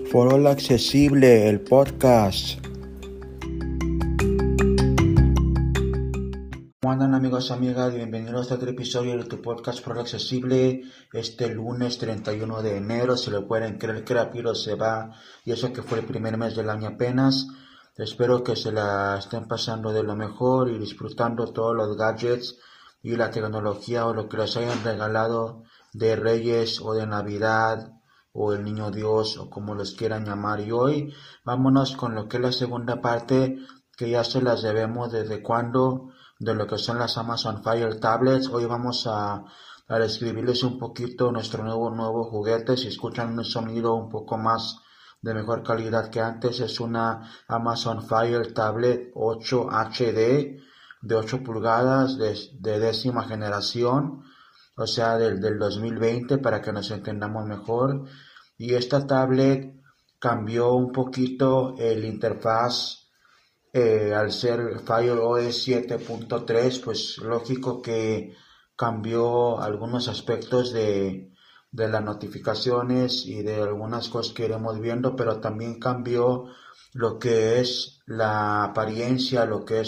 Foro Accesible, el podcast. ¿Cómo andan, amigos y amigas? Bienvenidos a otro episodio de tu podcast Foro Accesible. Este lunes 31 de enero, si lo pueden creer, que rápido se va. Y eso que fue el primer mes del año apenas. Espero que se la estén pasando de lo mejor y disfrutando todos los gadgets y la tecnología o lo que les hayan regalado de Reyes o de Navidad o el Niño Dios o como los quieran llamar. Y hoy vámonos con lo que es la segunda parte, que ya se las debemos desde cuando, de lo que son las Amazon Fire Tablets. Hoy vamos a describirles un poquito nuestro nuevo juguete. Si escuchan un sonido un poco más de mejor calidad que antes, es una Amazon Fire Tablet 8 HD de 8 pulgadas de 10ª generación, o sea del 2020, para que nos entendamos mejor. Y esta tablet cambió un poquito el interfaz al ser Fire OS 7.3, pues lógico que cambió algunos aspectos de las notificaciones y de algunas cosas que iremos viendo, pero también cambió lo que es la apariencia,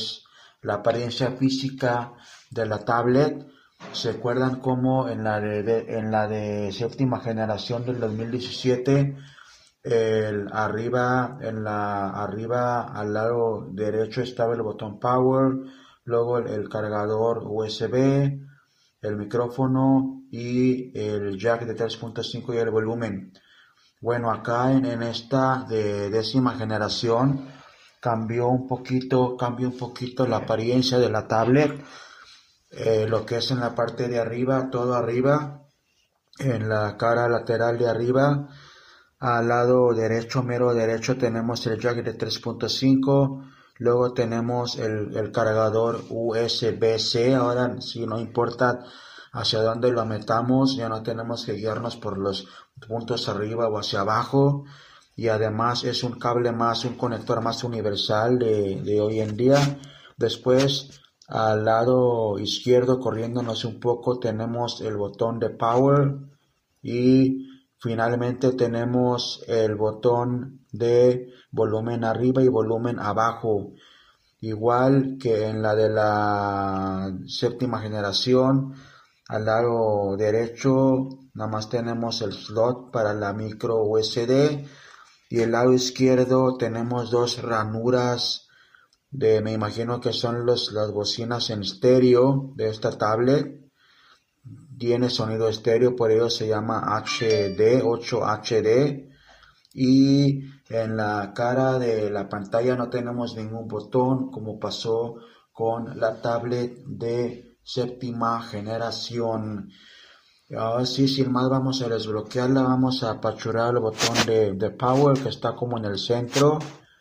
física de la tablet. ¿Se acuerdan cómo en la de 7ª generación del 2017, arriba al lado derecho estaba el botón Power, luego el cargador USB, el micrófono y el jack de 3.5 y el volumen? Bueno, acá en esta de 10ª generación cambia un poquito la apariencia de la tablet. Lo que es en la parte de arriba, todo arriba, en la cara lateral de arriba, al lado derecho, mero derecho, tenemos el jack de 3.5, luego tenemos el cargador USB-C. Ahora, si no importa hacia dónde lo metamos, ya no tenemos que guiarnos por los puntos arriba o hacia abajo, y además es un cable más, un conector más universal de hoy en día. Después, al lado izquierdo, corriéndonos un poco, tenemos el botón de Power y finalmente tenemos el botón de volumen arriba y volumen abajo. Igual que en la de la 7ª generación, al lado derecho nada más tenemos el slot para la micro USB y el lado izquierdo tenemos dos ranuras me imagino que son las bocinas en estéreo de esta tablet. Tiene sonido estéreo, por ello se llama HD, 8 HD. Y en la cara de la pantalla no tenemos ningún botón, como pasó con la tablet de 7ª generación. Ahora sí, sin más, vamos a desbloquearla. Vamos a apachurar el botón de Power, que está como en el centro,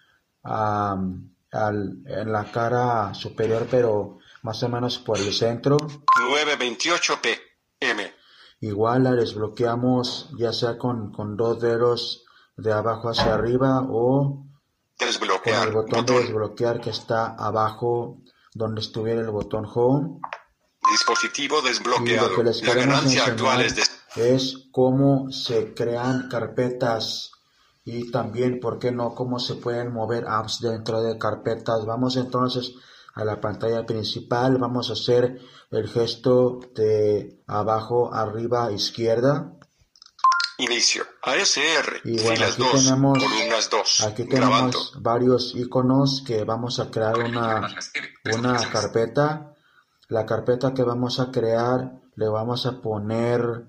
en la cara superior, pero más o menos por el centro. 9:28 p.m. Igual la desbloqueamos ya sea con dos dedos de abajo hacia arriba o Desbloquear, con el botón de desbloquear que está abajo donde estuviera el botón Home. Dispositivo desbloqueado. Y lo que les La queremos ganancia actual enseñar es es cómo se crean carpetas y también, ¿por qué no?, cómo se pueden mover apps dentro de carpetas. Vamos entonces a la pantalla principal. Vamos a hacer el gesto de abajo, arriba, izquierda. Inicio. ASR. Y bueno, Filas aquí 2. tenemos, Columnas 2. aquí Grabando. tenemos varios iconos que vamos a crear una carpeta. La carpeta que vamos a crear le vamos a poner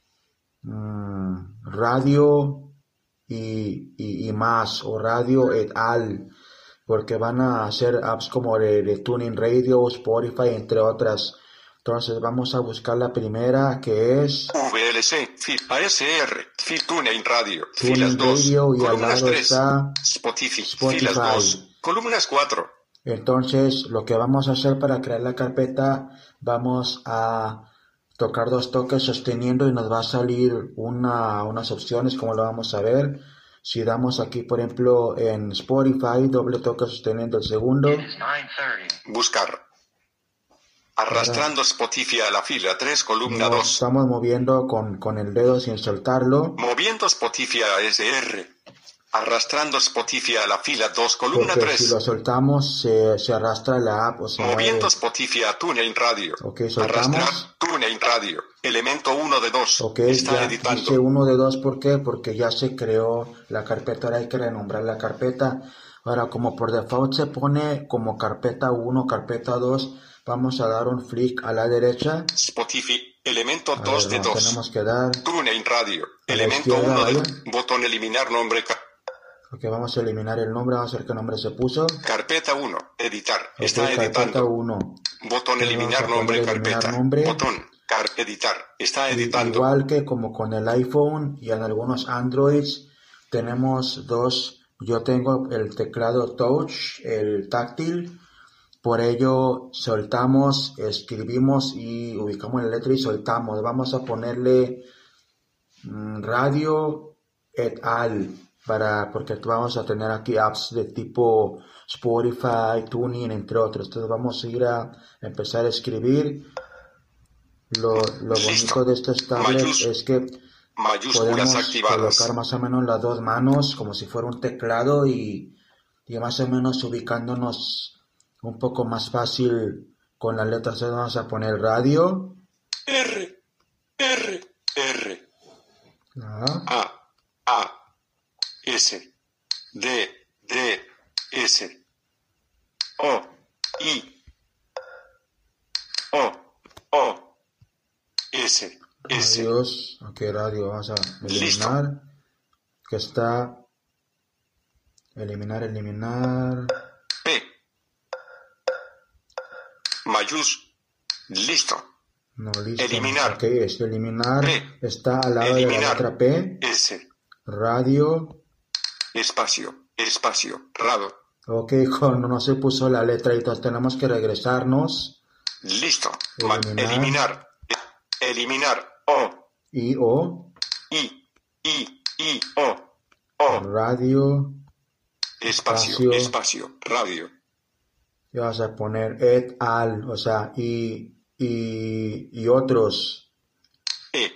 radio y más, o radio et al, porque van a hacer apps como de Tuning Radio, Spotify, entre otras. Entonces vamos a buscar la primera, que es VLC, ASR, Tuning Radio, Tuning filas 2, Radio, y al columnas lado 3, está Spotify, Spotify. filas 2, columnas 4. Entonces lo que vamos a hacer para crear la carpeta, vamos a tocar dos toques sosteniendo y nos va a salir unas opciones, como lo vamos a ver. Si damos aquí, por ejemplo, en Spotify, doble toque sosteniendo el segundo. Buscar. Arrastrando Spotify a la fila 3, columna 2. Estamos moviendo con el dedo sin soltarlo. Moviendo Spotify a ASR. Arrastrando Spotify a la fila 2, columna Porque 3. si lo soltamos, se arrastra la app, o sea, Moviendo Spotify a TuneIn Radio. Ok, soltamos. Arrastrar TuneIn Radio. Elemento 1 de 2. Ok, Está ya editando. dice 1 de 2, ¿por qué? Porque ya se creó la carpeta, ahora hay que renombrar la carpeta. Ahora, como por default se pone como carpeta 1, carpeta 2, vamos a dar un flick a la derecha. Spotify. Elemento A 2 ver, de 2. tenemos que dar. TuneIn Radio. A la Elemento izquierda, 1 de ¿vale? 2. Botón eliminar nombre. Ok, vamos a eliminar el nombre, vamos a ver qué nombre se puso. Carpeta 1. Editar. Ok, Está carpeta editando. 1. Botón Entonces eliminar vamos a nombre. poner eliminar Carpeta. nombre. Botón. Editar. Está Y editando. igual que como con el iPhone y en algunos Androids, tenemos dos. Yo tengo el teclado touch, el táctil. Por ello soltamos, escribimos y ubicamos la letra y soltamos. Vamos a ponerle radio et al. Porque vamos a tener aquí apps de tipo Spotify, TuneIn, entre otros. Entonces vamos a ir a empezar a escribir. Lo bonito de estos tablets es que Mayúsculas podemos activadas. colocar más o menos las dos manos como si fuera un teclado y más o menos ubicándonos un poco más fácil con las letras. Entonces vamos a poner radio. R, R, R. Ah, A, S, D, S, O, S, radios. Ok, radio. Vamos a eliminar. Que está. Eliminar. P, listo. No, listo. Eliminar. Ok, es eliminar. P. Está al lado de la letra P. S, Radio. espacio, radio. Ok, cuando no se puso la letra y entonces tenemos que regresarnos. Listo. Eliminar. O. I, O. O. Radio. Espacio, radio. Y vas a poner et al, o sea, y otros. E.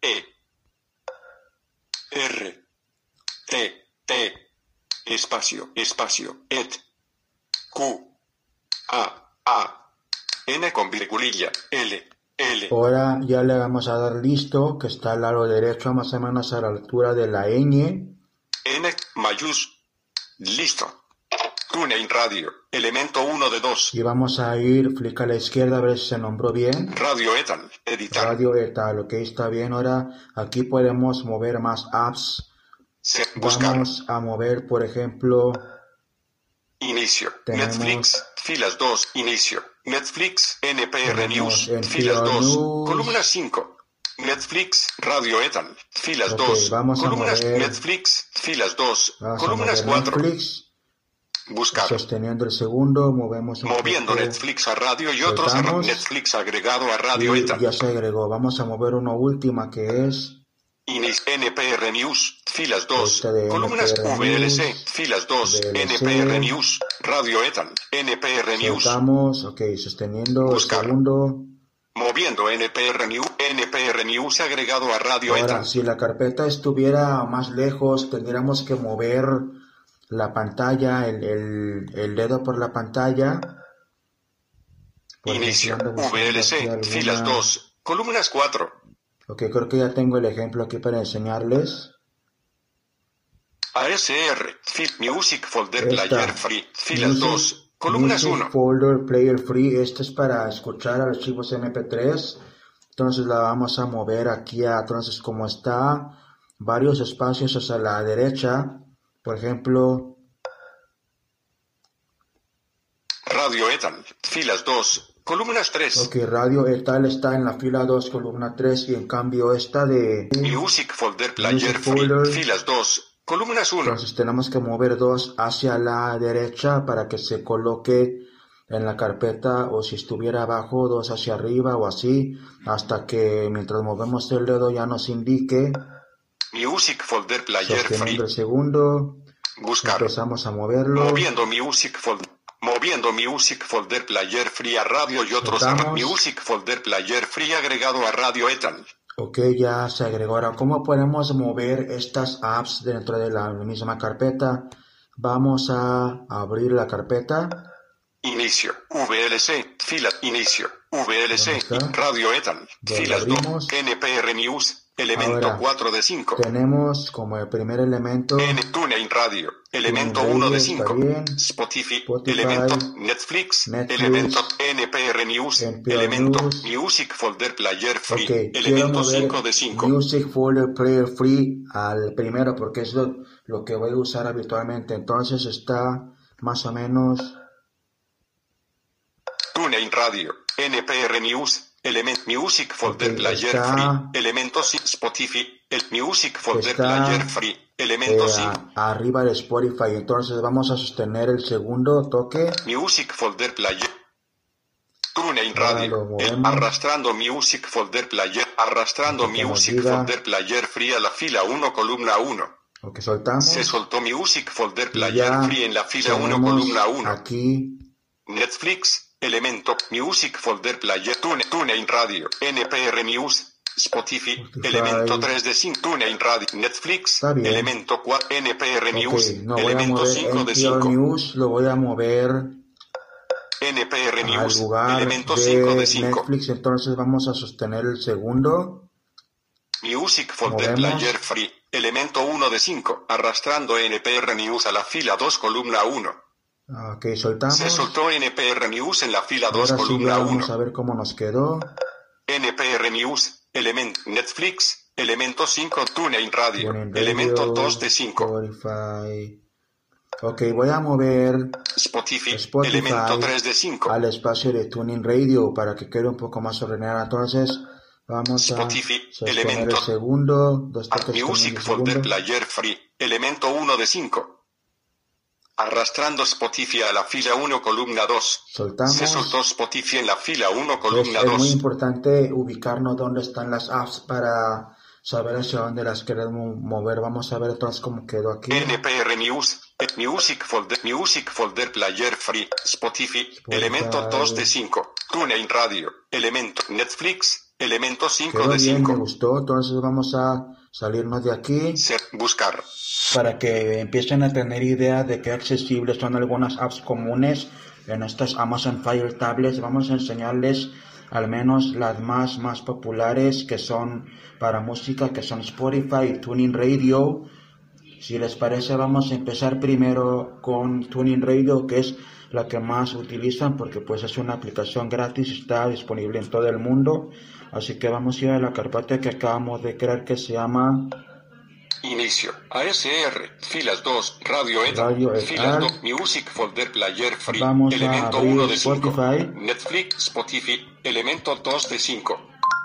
R. T. Espacio, et. Q. A. N con virgulilla. L. Ahora ya le vamos a dar listo, que está al lado derecho, más o menos a la altura de la ñ. N listo. TuneIn Radio. Elemento 1 de 2. Y vamos a ir, flick a la izquierda a ver si se nombró bien. Radio etal. Editar. Radio etal, ok, está bien. Ahora aquí podemos mover más apps. Buscar. Vamos a mover, por ejemplo. Inicio. Tenemos, Netflix. Filas 2. Inicio. Netflix. NPR News. NPR Filas 2. News. Columna 5. Netflix. Radio etal. Filas Ok, 2. vamos a Columnas mover. Netflix. Filas 2. Vamos Columnas a mover 4. Netflix. Buscar. Sosteniendo el segundo, movemos un Moviendo poco. Netflix a radio y otros Soltamos. Netflix agregado a radio Y etal. ya se agregó. Vamos a mover una última que es NPR News, filas 2, Esta de columnas NPR VLC, News, filas 2, VLC. NPR News, Radio etal, NPR News, soltamos, ok, sosteniendo Buscar. el segundo. moviendo NPR News agregado a radio Ahora, etal. si la carpeta estuviera más lejos, tendríamos que mover la pantalla, el dedo por la pantalla. Por Inicio, ejemplo, ando buscando aquí VLC, alguna- filas 2, columnas 4, Ok, creo que ya tengo el ejemplo aquí para enseñarles. ASR, Music Folder Esta. Player Free, filas Music- 2, columnas Music 1, Folder Player Free. Este es para escuchar archivos MP3. Entonces la vamos a mover aquí entonces como está varios espacios hacia la derecha. Por ejemplo, Radio etal, filas 2, columnas 3, ok, radio tal está en la fila 2, columna 3, y en cambio esta de... Music Folder Player Music Free, Folder. filas 2, columnas 1. Entonces tenemos que mover dos hacia la derecha para que se coloque en la carpeta, o si estuviera abajo, dos hacia arriba o así, hasta que mientras movemos el dedo ya nos indique. Music Folder Player Free. Sosteniendo el segundo, Buscar. empezamos a moverlo. Moviendo Music Folder Player Free a radio y otros Soltamos. Music Folder Player Free agregado a radio etal. Ok, ya se agregó. Ahora, ¿cómo podemos mover estas apps dentro de la misma carpeta? Vamos a abrir la carpeta. Inicio, VLC, fila, inicio, VLC, Radio Etal, filas 2, NPR News, elemento Ahora, 4 de 5. Tenemos como el primer elemento TuneIn Radio, elemento 1 de 5. Spotify, elemento Netflix, elemento NPR News, elemento Music Folder Player Free, elemento 5 de 5. Music Folder Player Free al primero porque es lo que voy a usar habitualmente. Entonces está más o menos... TuneIn Radio, NPR News, Element Music Folder Player Free, elementos Spotify, el Music Folder Player Free, elementos arriba de Spotify. Entonces vamos a sostener el segundo toque. Music Folder Player. TuneIn Radio, arrastrando Music Folder Player, arrastrando Music Folder Player Free a la fila 1, columna 1. Ok, soltamos. Se soltó Music Folder Player Free en la fila 1, columna 1. Aquí. Netflix. Elemento, Music Folder Player, TuneIn Radio, NPR News, Spotify, elemento 3 de 5, TuneIn Radio, Netflix, elemento 4, NPR News, elemento 5 de 5. News lo voy a mover NPR News, al lugar elemento 5 de 5. Netflix, entonces vamos a sostener el segundo. Music Folder Player Free, elemento 1 de 5, arrastrando NPR News a la fila 2, columna 1. Ok, soltamos. Se soltó NPR News en la fila 2, columna 1. Vamos a ver cómo nos quedó. NPR News, Netflix, elemento 5, TuneIn Radio, elemento 2 de 5. Spotify. Ok, voy a mover Spotify, elemento 3 de 5. Al espacio de TuneIn Radio para que quede un poco más ordenado. Entonces, vamos Spotify, a elemento el segundo. Dos toques Music Folder Player Free, elemento 1 de 5. Arrastrando Spotify a la fila 1, columna 2. Soltamos. Se soltó Spotify en la fila 1, columna 2. Es muy importante ubicarnos dónde están las apps para saber hacia dónde las queremos mover. Vamos a ver entonces cómo quedó aquí. NPR News, Music Folder Player Free, Spotify, elemento 2 de 5. TuneIn Radio, elemento Netflix, elemento 5 de 5. Me gustó, entonces vamos a salirnos de aquí. Buscar. Para que empiecen a tener idea de qué accesibles son algunas apps comunes en estas Amazon Fire Tablets. Vamos a enseñarles al menos las más populares que son para música, que son Spotify y TuneIn Radio. Si les parece, vamos a empezar primero con TuneIn Radio, que es la que más utilizan porque pues es una aplicación gratis, está disponible en todo el mundo. Así que vamos a ir a la carpeta que acabamos de crear que se llama Inicio, ASR, filas 2, Radio Etal, filas 2, Music Folder Player Free, vamos elemento a abrir 1 de 5, Spotify. Netflix, Spotify, elemento 2 de 5.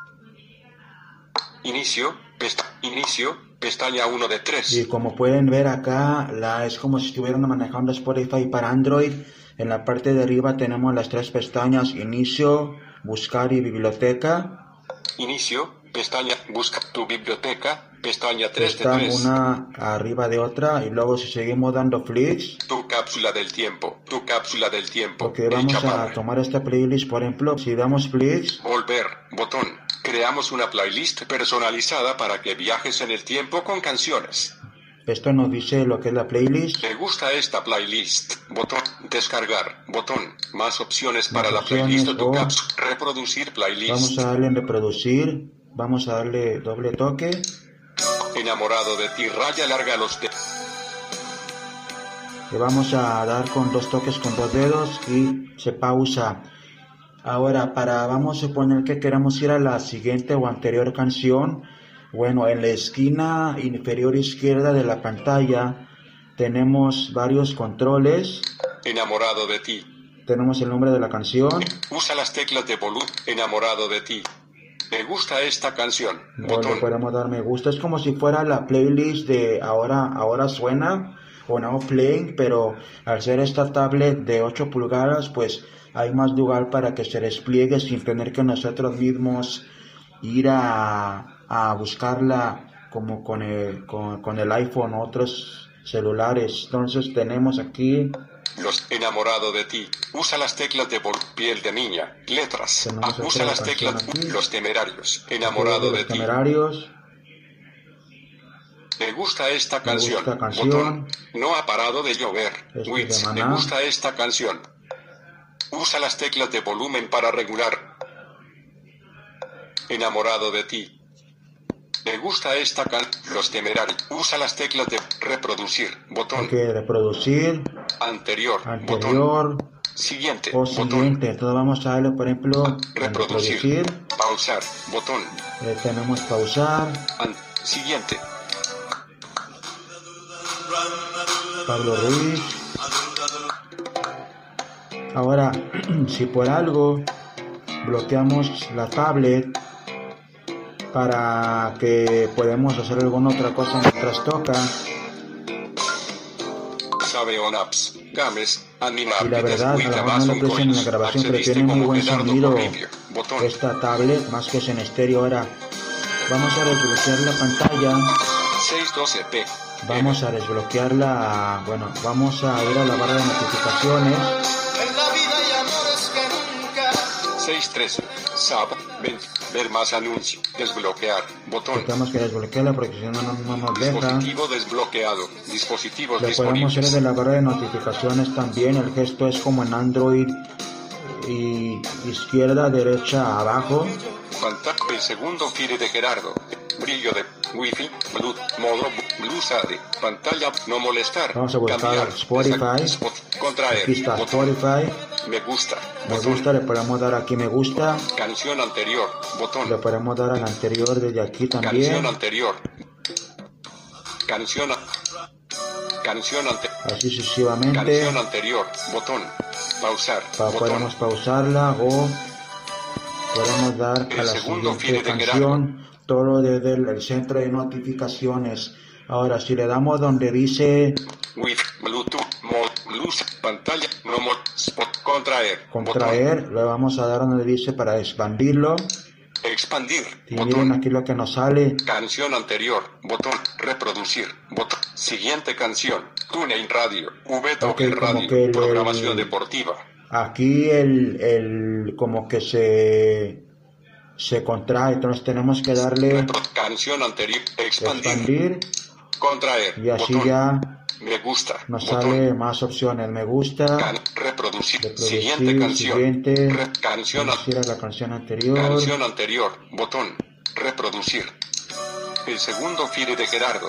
Inicio, pestaña 1 de 3. Y como pueden ver acá, es como si estuvieran manejando Spotify para Android. En la parte de arriba tenemos las tres pestañas, Inicio, Buscar y Biblioteca. Inicio, pestaña, busca tu biblioteca, pestaña 3 de 3. Está una arriba de otra y luego si seguimos dando flicks. Tu cápsula del tiempo. Ok, vamos a tomar esta playlist, por ejemplo, si damos flicks. Volver, botón. Creamos una playlist personalizada para que viajes en el tiempo con canciones. Esto nos dice lo que es la playlist. ¿Te gusta esta playlist? Botón. Descargar. Botón. Más opciones para la playlist de tu cápsula. Reproducir playlist. Vamos a darle en reproducir. Vamos a darle doble toque. Enamorado de ti, raya larga los dedos. Le vamos a dar con dos toques con dos dedos y se pausa. Ahora, vamos a suponer que queramos ir a la siguiente o anterior canción. Bueno, en la esquina inferior izquierda de la pantalla tenemos varios controles. Enamorado de ti. Tenemos el nombre de la canción. Usa las teclas de volumen. Enamorado de ti. Me gusta esta canción. Botón. Le podemos dar me gusta. Es como si fuera la playlist de ahora suena o Now Playing, pero al ser esta tablet de 8 pulgadas, pues hay más lugar para que se despliegue sin tener que nosotros mismos ir a buscarla como con el iPhone o otros celulares. Entonces tenemos aquí Los enamorado de ti. Usa las teclas de piel de niña. Letras. Usa las teclas. Los temerarios. Enamorado de ti. Temerarios. Me gusta esta canción. Botón. No ha parado de llover. Wits. Me gusta esta canción. Usa las teclas de volumen para regular. Enamorado de ti. Me gusta esta canción. Los temerarios. Usa las teclas de reproducir. Botón. Reproducir. Anterior. Botón. Siguiente. O siguiente. Entonces vamos a darle, por ejemplo, reproducir. Pausar. Botón. Tenemos pausar. Siguiente. Pablo Ruiz. Ahora, si por algo bloqueamos la tablet para que podamos hacer alguna otra cosa mientras toca. Sabe on apps, Games, y la verdad, a lo mejor no lo aprecian en la grabación, pero tiene muy buen sonido esta tablet, más que es en estéreo. Ahora vamos a desbloquear la pantalla. 612p. Vamos a desbloquearla. Bueno, vamos a ir a la barra de notificaciones. 613. SAP. Ver más anuncios. Desbloquear. Botón. Tenemos que desbloquearla porque si no nos deja. Dispositivo desbloqueado. Dispositivos lo disponibles. Podemos hacer de la barra de notificaciones también. El gesto es como en Android. Y izquierda, derecha, abajo. El segundo file de Gerardo. Brillo de Wi-Fi. Modo Bluesade. Pantalla. No molestar. Vamos a buscar cambiar. Spotify. Contraer. Aquí está Spotify. Me gusta. Me gusta, le podemos dar aquí me gusta. Canción anterior. Botón. Le podemos dar al anterior desde aquí también. Canción anterior. Canción anterior. Así sucesivamente. Canción anterior. Botón. Pausar. Podemos pausarla o podemos dar a la siguiente canción. Todo desde el centro de notificaciones. Ahora, si le damos donde dice Wi-Fi, Bluetooth, Blues, pantalla, no spot, contraer, le vamos a dar donde dice para expandirlo. Expandir. Y miren aquí lo que nos sale. Canción anterior. Botón. Reproducir. Botón. Siguiente canción. TuneIn Radio. VTOG Radio. Programación deportiva. Aquí el como que se contrae, entonces tenemos que darle canción anterior. Expandir. Contraer. Y así botón. Ya me gusta. Nos botón. sale más opciones. Me gusta. Reproducir. Siguiente canción. Canción. La canción anterior. Canción anterior. Botón. Reproducir. El segundo file de Gerardo.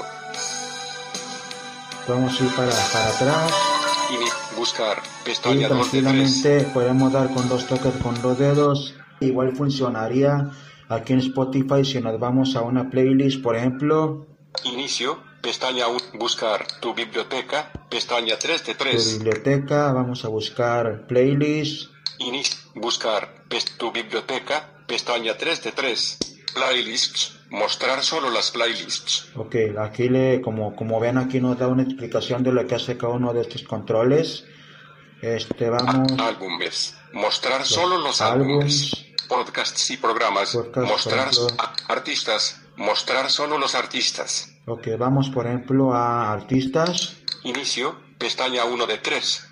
Vamos a ir para atrás. Y buscar. Pestaña 2 de 3. Tranquilamente podemos dar con dos toques con los dedos. Igual funcionaría aquí en Spotify si nos vamos a una playlist, por ejemplo. Inicio. Pestaña 1, buscar tu biblioteca, pestaña 3 de 3. Tu biblioteca, vamos a buscar playlist. Inicio, buscar tu biblioteca, pestaña 3 de 3. Playlists, mostrar solo las playlists. Ok, aquí como ven aquí nos da una explicación de lo que hace cada uno de estos controles. Vamos. Álbumes, mostrar solo los álbumes. Podcasts y programas, mostrar artistas, mostrar solo los artistas. Ok, vamos por ejemplo a artistas. Inicio, pestaña 1 de 3.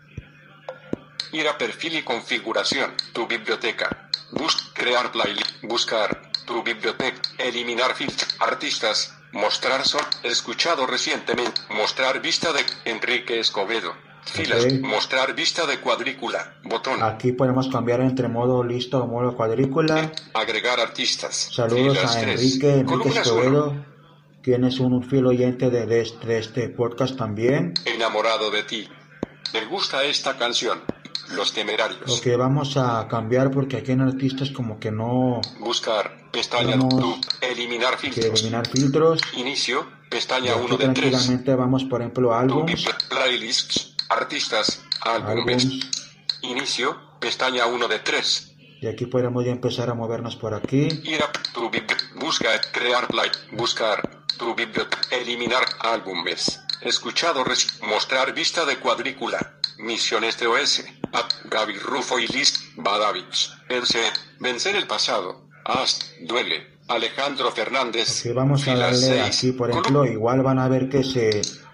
Ir a perfil y configuración, tu biblioteca. Crear playlist, buscar, tu biblioteca, eliminar filtros, artistas, mostrar escuchado recientemente, mostrar vista de Enrique Escobedo. Filas, okay. Mostrar vista de cuadrícula, botón. Aquí podemos cambiar entre modo lista o modo cuadrícula. Agregar artistas. Saludos filas a Enrique Escobedo, quien es un fiel oyente de este podcast también. Enamorado de ti. ¿Te gusta esta canción? Los Temerarios. Ok, vamos a cambiar porque aquí en artistas como que no... Buscar, pestaña eliminar filtros. Eliminar filtros. Inicio, pestaña 1 de 3. Tranquilamente vamos por ejemplo a álbumes. Playlists. Artistas, álbumes. Inicio, pestaña 1 de 3. Y aquí podemos ya empezar a movernos por aquí. Ir a tu biblioteca, buscar, crear play, buscar, tu biblioteca, eliminar álbumes. Escuchado, mostrar vista de cuadrícula. Misiones de OS, Gaby Rufo y Liz Badavich. Vencer el pasado. Duele. Alejandro Fernández. Okay, vamos a darle 6. Aquí, por ejemplo, igual van a ver que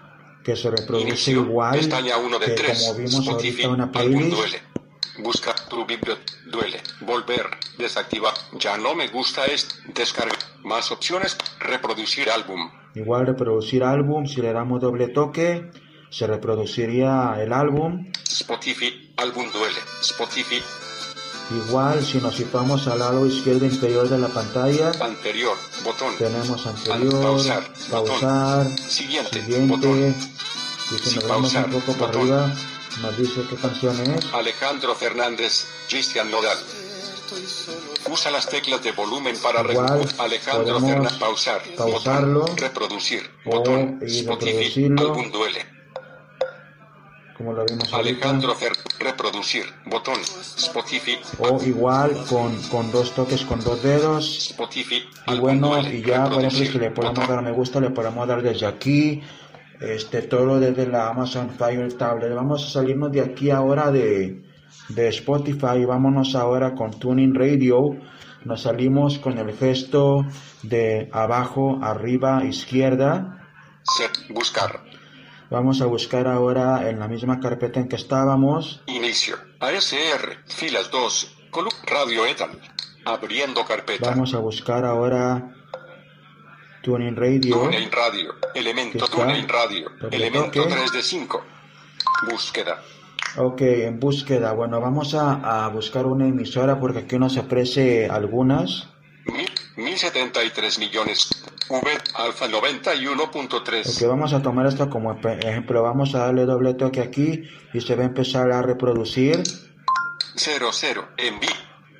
que se reproduce Inicio, igual pestaña 1 de que 3, como vimos Spotify, ahorita una álbum playlist. duele. Busca tu biblioteca, duele, volver, desactivar, ya no me gusta descargar, más opciones, reproducir álbum. Igual reproducir álbum, si le damos doble toque, se reproduciría el álbum. Spotify, álbum duele, Spotify. Igual si nos situamos al lado izquierdo inferior de la pantalla, Anterior, botón. tenemos anterior, Pausar, pausar, Siguiente, siguiente, botón. y si Sin nos vamos pausar, un poco para botón. arriba, nos dice qué canción es. Alejandro Fernández, Cristian Nodal. Usa las teclas de volumen para Igual, Alejandro podemos Fernández, pausar, pausarlo, botón. Reproducir, o botón. y Spotify, reproducirlo. álbum duele. Como lo vimos ahorita. Alejandro reproducir, botón. Spotify, O igual con dos toques con dos dedos. Spotify, Y álbum bueno, duele. y ya por ejemplo Reproducir, si le podemos botón. dar me gusta, le podemos dar desde aquí, todo desde la Amazon Fire Tablet. Vamos a salirnos de aquí ahora de Spotify, vámonos ahora con Tuning Radio. Nos salimos con el gesto de abajo, arriba, izquierda. Buscar. Vamos a buscar ahora en la misma carpeta en que estábamos. Inicio. ASR. Filas 2. Radio Etal. Abriendo carpeta. Vamos a buscar ahora Tuning Radio. TuneIn Radio. Elemento TuneIn Radio. Elemento 3 de 5. Búsqueda. Ok, en búsqueda. Bueno, vamos a buscar una emisora porque aquí nos ofrece algunas. 1073 millones. Alfa 91.3. Ok, vamos a tomar esto como ejemplo. Vamos a darle doble toque aquí y se va a empezar a reproducir. 00. Envío.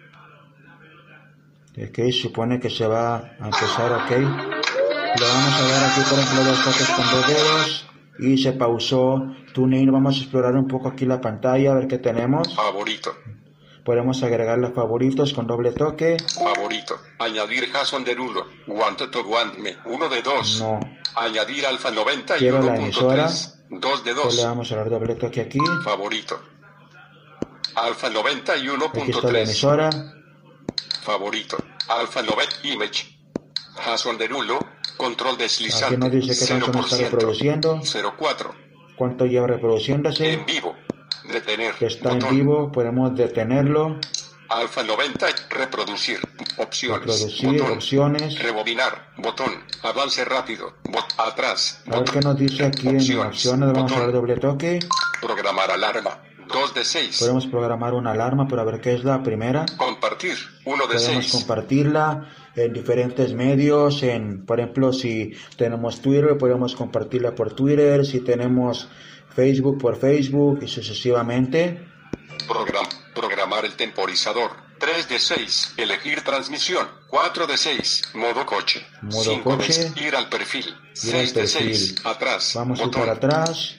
Ok, supone que se va a empezar, ok. Le vamos a dar aquí, por ejemplo, dos toques con dos dedos y se pausó TuneIn. Vamos a explorar un poco aquí la pantalla, a ver qué tenemos. Favorito. Podemos agregar los favoritos con doble toque. Favorito. Añadir Jason Derulo. Want to want me. 1 de 2. No. Añadir Alfa Quiero la emisora. 91.3. 2 de Entonces 2. le vamos a dar doble toque aquí. Favorito. Alfa Aquí está la 91.3. emisora. Favorito. Alfa 90. Image. Jason Derulo. Control deslizante. Aquí nos dice qué canción está reproduciendo. 04. Cuánto lleva reproduciéndose. En vivo. Detener. Que está Botón. en vivo. Podemos detenerlo. Alfa 90. Reproducir. Opciones. Reproducir, Botón. opciones. Rebobinar. Botón. Avance rápido. Atrás. A ver qué nos dice aquí en opciones. Vamos a dar doble toque. Programar alarma. 2 de 6. Podemos programar una alarma para ver qué es la primera. Compartir. 1 de Podemos 6. compartirla en diferentes medios. Por ejemplo, si tenemos Twitter, podemos compartirla por Twitter. Si tenemos Facebook, por Facebook y sucesivamente. Programar el temporizador. 3 de 6. Elegir transmisión. 4 de 6. Modo coche. Modo 5 coche. de ir al perfil. Ir al 6 de perfil. 6. Atrás. Vamos a ir Botón. para atrás.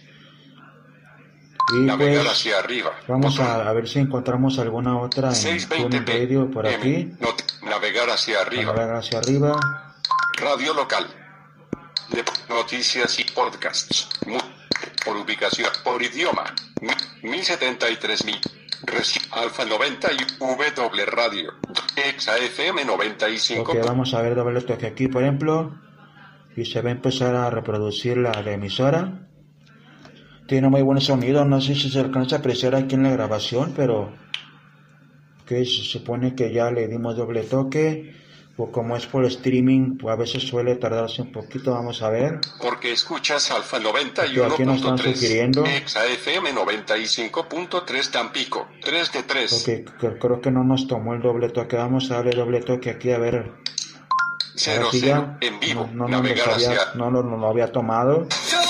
Y Navegar pues hacia arriba. vamos Botón. a ver si encontramos alguna otra en 620p. Tuning Radio por aquí. Navegar hacia arriba. Navegar hacia arriba. Radio local. Noticias y podcasts. Por ubicación. Por idioma. 1073.000. Alfa 90 y W Radio. Exa FM 95. Ok, vamos a ver doble toque aquí, por ejemplo. Y se va a empezar a reproducir la emisora. Tiene muy buen sonido, no sé si se alcanza a apreciar aquí en la grabación, pero que se supone que ya le dimos doble toque, o como es por streaming, pues a veces suele tardarse un poquito, vamos a ver. Porque escuchas Alfa Porque aquí nos están 91.3. sugiriendo. Exa FM 95.3 Tampico. 3 de 3. Ok, creo que no nos tomó el doble toque, vamos a darle doble toque aquí a ver. 0 Ahora sí 0 ya, en vivo. no Navegar hacia. no lo había tomado.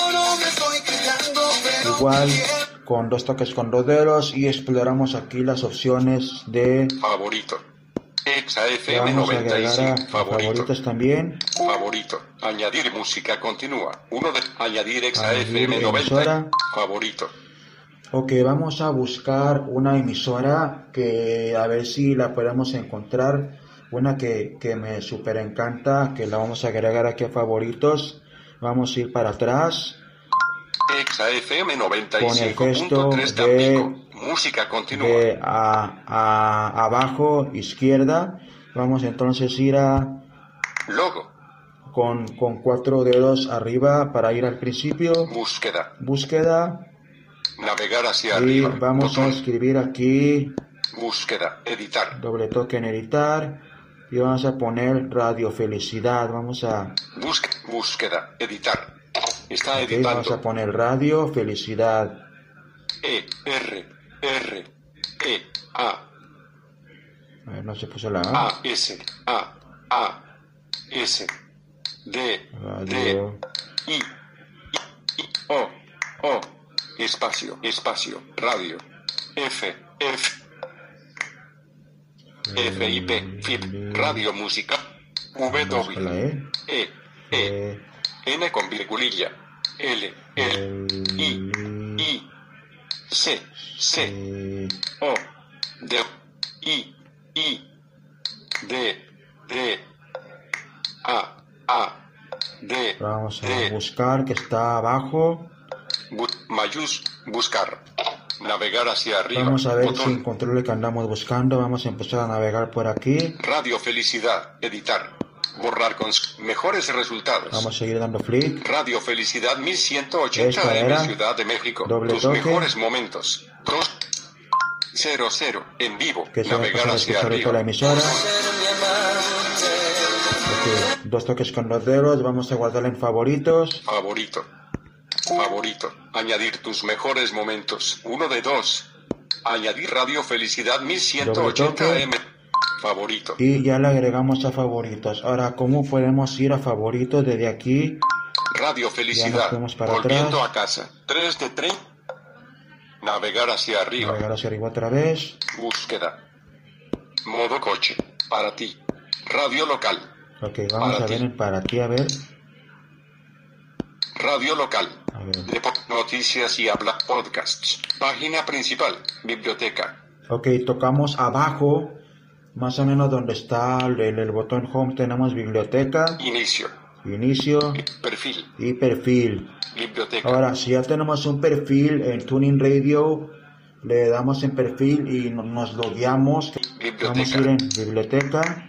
Igual con dos toques con dos dedos y exploramos aquí las opciones de Favorito. Exa le FM vamos a agregar 95. a Favorito. favoritos también. Favorito. Añadir música continúa. 1 de. Añadir Exa Añadir FM 90. emisora. Favorito. Ok, vamos a buscar una emisora que a ver si la podemos encontrar. Una que me súper encanta, que la vamos a agregar aquí a favoritos. Vamos a ir para atrás. Exa FM Con el gesto 95.3 de Tampico. Música continúa. abajo, izquierda. Vamos entonces a ir a Logo. con 4 dedos arriba para ir al principio. Búsqueda. Navegar hacia y arriba. Vamos a escribir aquí. Búsqueda. Editar. Doble toque en editar. Y vamos a poner Radio Felicidad. Vamos a... Búsqueda. Editar. Está okay, editando. Vamos a poner Radio Felicidad. A ver, no se puso la A. S Radio. D O espacio radio FIP radio música N con virgulilla L I C O D D. Vamos a buscar, que está abajo. Buscar. Navegar hacia arriba. Vamos a ver si encontré lo que andamos buscando. Vamos a empezar a navegar por aquí. Radio Felicidad. Editar. Borrar con mejores resultados. Vamos a seguir dando flick. Radio Felicidad 1180 AM Ciudad de México. Doble Tus toque. mejores momentos. 00 en vivo. Que se navegar va a hacia escuchar arriba. la emisora. Okay. 2 toques con los dedos. Vamos a guardarla en favoritos. Favorito. Añadir tus mejores momentos. 1 de 2. Añadir Radio Felicidad 1180 AM. Favorito. Y ya le agregamos a favoritos. Ahora, ¿cómo podemos ir a favoritos desde aquí? Radio Felicidad. Volviendo a casa. 3 de 3. Navegar hacia arriba. Navegar hacia arriba otra vez. Búsqueda. Modo coche. Para ti. Radio local. Ok, vamos a ver para ti, a ver. Radio local. A ver. Noticias y habla. Podcasts. Página principal. Biblioteca. Ok, tocamos abajo. Más o menos donde está el botón home tenemos biblioteca. Inicio. Perfil. Y perfil. Biblioteca. Ahora, si ya tenemos un perfil en Tuning Radio, le damos en perfil y nos logueamos. Vamos a ir en biblioteca.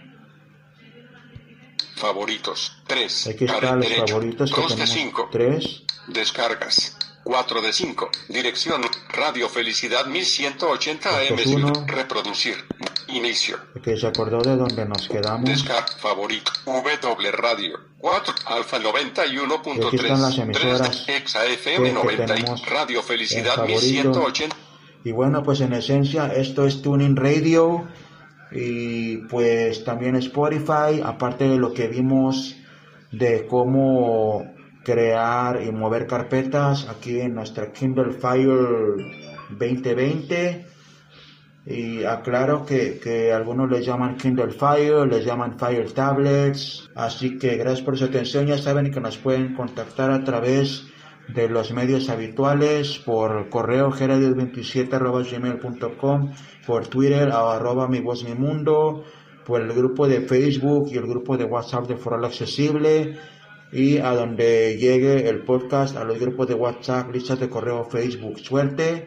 Favoritos. 3. Aquí están los favoritos que tenemos. 5. 3. Descargas. 4 de 5. Dirección. Radio Felicidad 1180 AM. 1. Reproducir. Inicio. Ok, se acordó de donde nos quedamos. Favorito. W Radio. 4. Alfa 91.3. Aquí están las emisoras. Exa FM 90. Radio Felicidad 1180. Y bueno, pues en esencia esto es Tuning Radio. Y pues también Spotify, aparte de lo que vimos de cómo crear y mover carpetas aquí en nuestra Kindle Fire 2020. Y aclaro que algunos les llaman Kindle Fire, les llaman Fire Tablets. Así que gracias por su atención. Ya saben que nos pueden contactar a través de los medios habituales, por correo geradios27@gmail.com, por Twitter @mivozmimundo, por el grupo de Facebook y el grupo de WhatsApp de Foro Accesible, y a donde llegue el podcast, a los grupos de WhatsApp, listas de correo, Facebook. Suerte.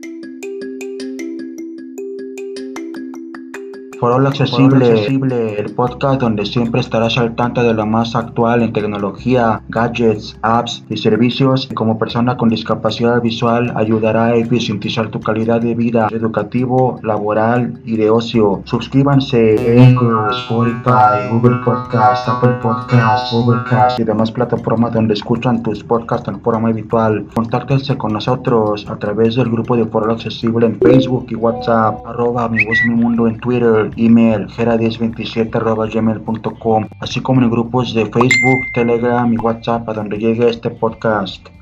Foro Accesible, el podcast donde siempre estarás al tanto de lo más actual en tecnología, gadgets, apps y servicios. Como persona con discapacidad visual, ayudará a eficientizar tu calidad de vida, educativo, laboral y de ocio. Suscríbanse en Spotify, Google Podcast, Apple Podcast, Overcast y demás plataformas donde escuchan tus podcasts en forma habitual. Contáctense con nosotros a través del grupo de Foro Accesible en Facebook y WhatsApp, @mivozmimundo en Twitter, email gera1027@gmail.com, así como en grupos de Facebook, Telegram y WhatsApp a donde llegue este podcast.